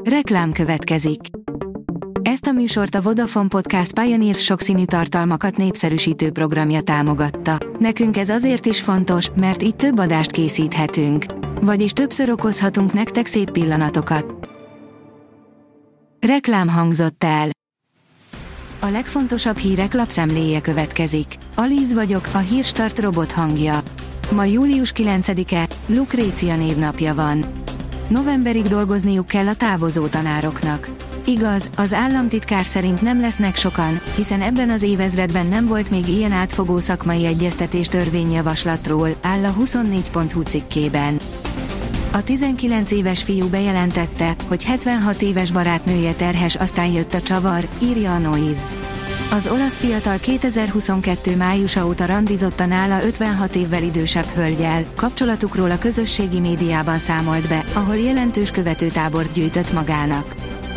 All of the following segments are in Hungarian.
Reklám következik. Ezt a műsort a Vodafone Podcast Pioneer sokszínű tartalmakat népszerűsítő programja támogatta. Nekünk ez azért is fontos, mert így több adást készíthetünk. Vagyis többször okozhatunk nektek szép pillanatokat. Reklám hangzott el. A legfontosabb hírek lapszemléje következik. Alíz vagyok, a Hírstart robot hangja. Ma július 9-e, Lukrécia névnapja van. Novemberig dolgozniuk kell a távozó tanároknak. Igaz, az államtitkár szerint nem lesznek sokan, hiszen ebben az évezredben nem volt még ilyen átfogó szakmai egyeztetés törvényjavaslatról, áll a 24.hu cikkében. A 19 éves fiú bejelentette, hogy 76 éves barátnője terhes, aztán jött a csavar, írja a Noise. Az olasz fiatal 2022 májusa óta randizott a nála 56 évvel idősebb hölggyel, kapcsolatukról a közösségi médiában számolt be, ahol jelentős követőtábort gyűjtött magának.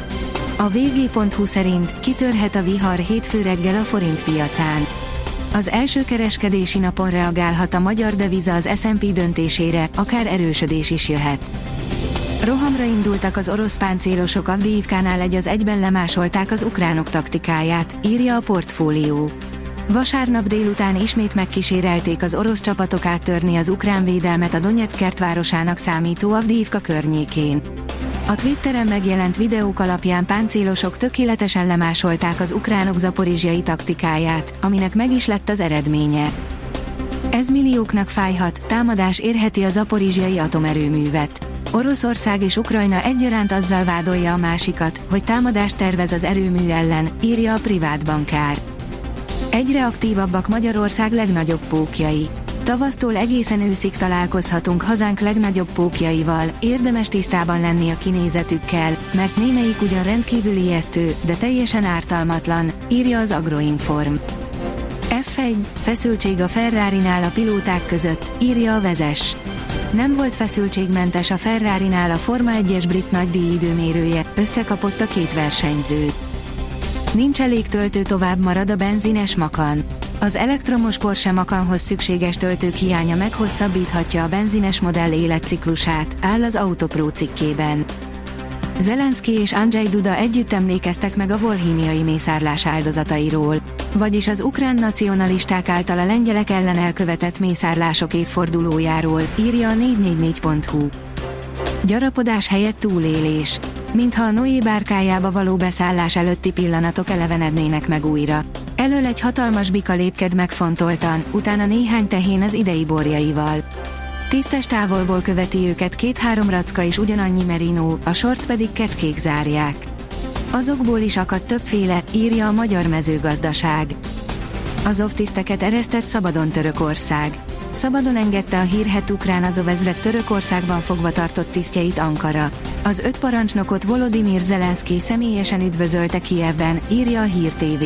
A vg.hu szerint kitörhet a vihar hétfő reggel a forint piacán. Az első kereskedési napon reagálhat a magyar deviza az S&P döntésére, akár erősödés is jöhet. Rohamra indultak az orosz páncélosok, Avdijivkánál egy az egyben lemásolták az ukránok taktikáját, írja a Portfólió. Vasárnap délután ismét megkísérelték az orosz csapatok áttörni az ukrán védelmet a Donetsz kertvárosának számító Avdijivka környékén. A Twitteren megjelent videók alapján páncélosok tökéletesen lemásolták az ukránok zaporizsjai taktikáját, aminek meg is lett az eredménye. Ez millióknak fájhat, támadás érheti a zaporizsjai atomerőművet. Oroszország és Ukrajna egyaránt azzal vádolja a másikat, hogy támadást tervez az erőmű ellen, írja a privát bankár. Egyre aktívabbak Magyarország legnagyobb pókjai. Tavasztól egészen őszig találkozhatunk hazánk legnagyobb pókjaival, érdemes tisztában lenni a kinézetükkel, mert némelyik ugyan rendkívül ijesztő, de teljesen ártalmatlan, írja az Agroinform. F1, feszültség a Ferrarinál a pilóták között, írja a Vezes. Nem volt feszültségmentes a Ferrarinál a Forma 1-es brit nagydíj időmérője, összekapott a két versenyző. Nincs elég töltő, tovább marad a benzines Macan. Az elektromos Porsche Macanhoz szükséges töltők hiánya meghosszabbíthatja a benzines modell életciklusát, áll az Autopro cikkében. Zelenszky és Andrzej Duda együtt emlékeztek meg a volhíniai mészárlás áldozatairól. Vagyis az ukrán nacionalisták által a lengyelek ellen elkövetett mészárlások évfordulójáról, írja a 444.hu. Gyarapodás helyett túlélés. Mintha a Noé bárkájába való beszállás előtti pillanatok elevenednének meg újra. Elől egy hatalmas bika lépked megfontoltan, utána néhány tehén az idei borjaival. Tisztes távolból követi őket 2-3 racka és ugyanannyi merino, a sort pedig kecskék zárják. Azokból is akadt többféle, írja a Magyar Mezőgazdaság. Azovtiszteket eresztett szabadon Törökország. Szabadon engedte a hírhedt ukrán Azov ezred Törökországban fogva tartott tisztjeit Ankara. Az 5 parancsnokot Volodymyr Zelenszky személyesen üdvözölte Kijevben, írja a Hír TV.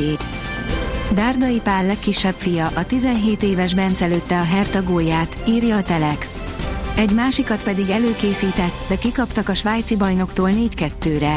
Dárdai Pál legkisebb fia, a 17 éves Bence lőtte a Hertha gólját, írja a Telex. Egy másikat pedig előkészített, de kikaptak a svájci bajnoktól 4-2-re.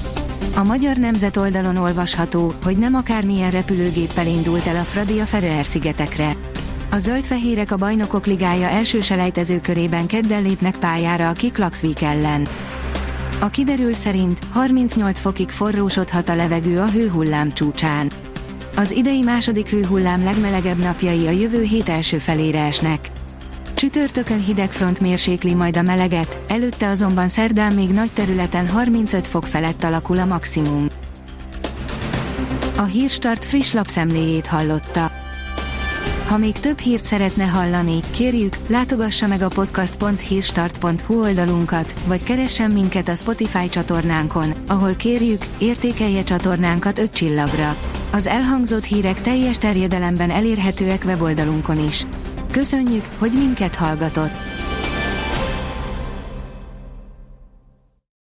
A Magyar Nemzet oldalon olvasható, hogy nem akármilyen repülőgéppel indult el a Fradi a Feröer-szigetekre. A zöldfehérek a Bajnokok Ligája első selejtezőkörében kedden lépnek pályára a Kiklaxvik ellen. A kiderül szerint 38 fokig forrósodhat a levegő a hőhullám csúcsán. Az idei második hőhullám legmelegebb napjai a jövő hét első felére esnek. Csütörtökön hideg front mérsékli majd a meleget, előtte azonban szerdán még nagy területen 35 fok felett alakul a maximum. A Hírstart friss lapszemléjét hallotta. Ha még több hírt szeretne hallani, kérjük, látogassa meg a podcast.hírstart.hu oldalunkat, vagy keressen minket a Spotify csatornánkon, ahol kérjük, értékelje csatornánkat 5 csillagra. Az elhangzott hírek teljes terjedelemben elérhetőek weboldalunkon is. Köszönjük, hogy minket hallgatott!